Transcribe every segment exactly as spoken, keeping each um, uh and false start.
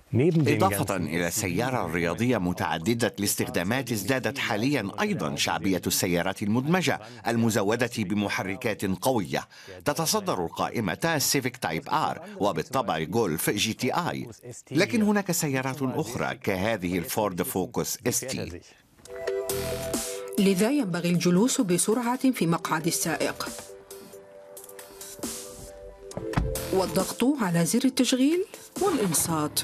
إضافة إلى السيارة الرياضية متعددة الاستخدامات، ازدادت حاليا أيضا شعبية السيارات المدمجة المزودة بمحركات قوية. تتصدر القائمة السيفيك تايب آر وبالطبع جولف جي تي آي، لكن هناك سيارات أخرى كهذه الفورد فوكس اس تي. لذا ينبغي الجلوس بسرعة في مقعد السائق والضغط على زر التشغيل والإنصات.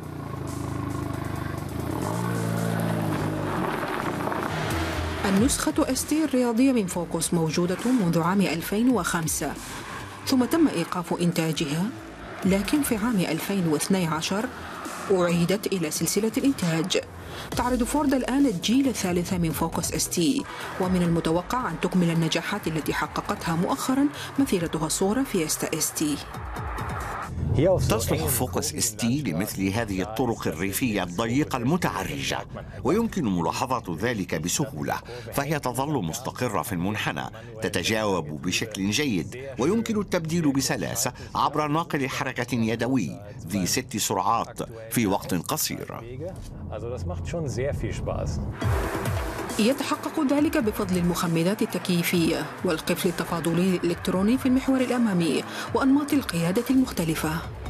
النسخة اس تي الرياضية من فوكس موجودة منذ عام ألفين وخمسة، ثم تم إيقاف إنتاجها، لكن في عام ألفين واثني عشر أعيدت إلى سلسلة الإنتاج. تعرض فورد الآن الجيل الثالث من فوكس اس تي، ومن المتوقع أن تكمل النجاحات التي حققتها مؤخرا مثيرتها الصغرى فيستا اس تي. تصلح فوكس اس تي لمثل هذه الطرق الريفية الضيقة المتعرجة، ويمكن ملاحظة ذلك بسهولة، فهي تظل مستقرة في المنحنى، تتجاوب بشكل جيد، ويمكن التبديل بسلاسة عبر ناقل حركة يدوي ذي ست سرعات في وقت قصير. يتحقق ذلك بفضل المخمدات التكييفية والقفل التفاضلي الإلكتروني في المحور الأمامي وأنماط القيادة المختلفة.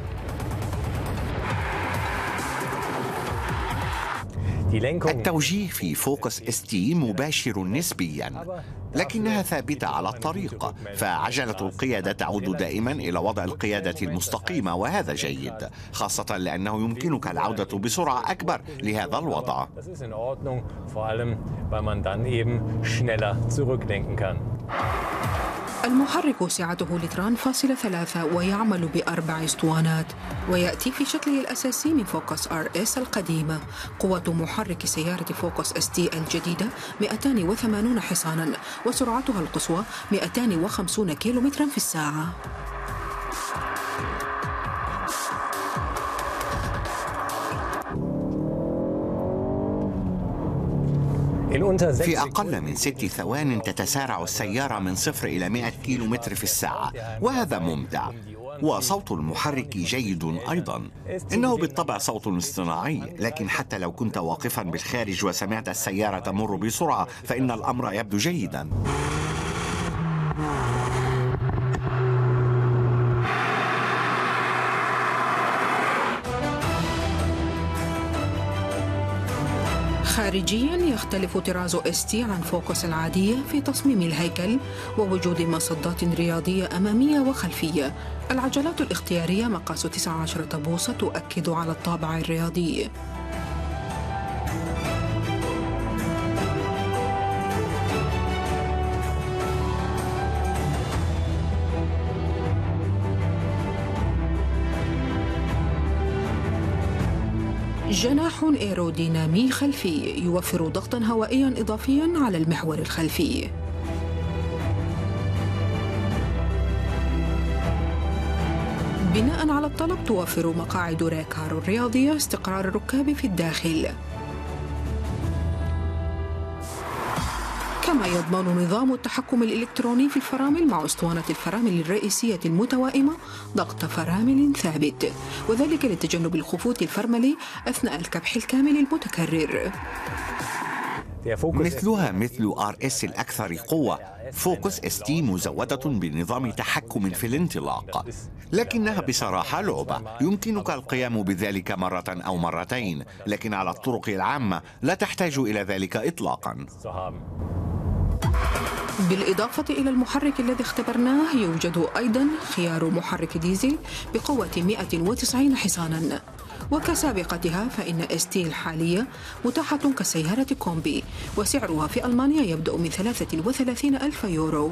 التوجيه في فوكس اس تي مباشر نسبيا، لكنها ثابتة على الطريق، فعجلة القيادة تعود دائما إلى وضع القيادة المستقيمة، وهذا جيد، خاصة لأنه يمكنك العودة بسرعة أكبر لهذا الوضع. المحرك سعته لتران فاصلة ثلاثة ويعمل بأربع اسطوانات، ويأتي في شكله الأساسي من فوكس ار اس القديمة. قوة محرك سيارة فوكس اس تي الجديدة مئتين وثمانين حصانا، وسرعتها القصوى مئتين وخمسين كيلومترا في الساعة. في أقل من ست ثوان تتسارع السيارة من صفر إلى مئة كيلومتر في الساعة، وهذا ممتع. وصوت المحرك جيد أيضا، إنه بالطبع صوت اصطناعي، لكن حتى لو كنت واقفا بالخارج وسمعت السيارة تمر بسرعة فإن الأمر يبدو جيدا. خارجيا يختلف طراز اس تي عن فوكس العادية في تصميم الهيكل ووجود مصدات رياضية أمامية وخلفية. العجلات الاختيارية مقاس تسعة عشر بوصة تؤكد على الطابع الرياضي. جناح ايرودينامي خلفي يوفر ضغطا هوائيا إضافيا على المحور الخلفي. بناء على الطلب توفر مقاعد ريكارو الرياضية استقرار الركاب في الداخل، كما يضمن نظام التحكم الإلكتروني في الفرامل مع أسطوانة الفرامل الرئيسية المتوائمة ضغط فرامل ثابت، وذلك لتجنب الخفوت الفرملي أثناء الكبح الكامل المتكرر. مثلها مثل ار اس الأكثر قوة، فوكس اس تي مزودة بنظام تحكم في الانطلاق، لكنها بصراحة لعبة يمكنك القيام بذلك مرة أو مرتين، لكن على الطرق العامة لا تحتاج إلى ذلك إطلاقا. بالإضافة إلى المحرك الذي اختبرناه، يوجد أيضا خيار محرك ديزل بقوة مئة وتسعين حصانا، وكسابقتها فإن اس تي الحالية متاحة كسيارة كومبي، وسعرها في ألمانيا يبدأ من ثلاثة وثلاثين ألف يورو.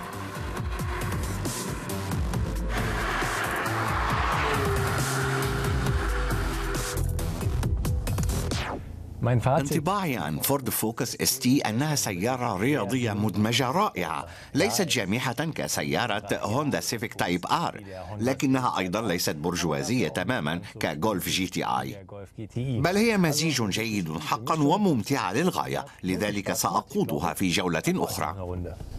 انطباعي عن فورد فوكس اس تي أنها سيارة رياضية مدمجة رائعة، ليست جامحة كسيارة هوندا سيفيك تايب آر، لكنها أيضا ليست برجوازية تماما كجولف جي تي آي، بل هي مزيج جيد حقا وممتعة للغاية، لذلك سأقودها في جولة أخرى.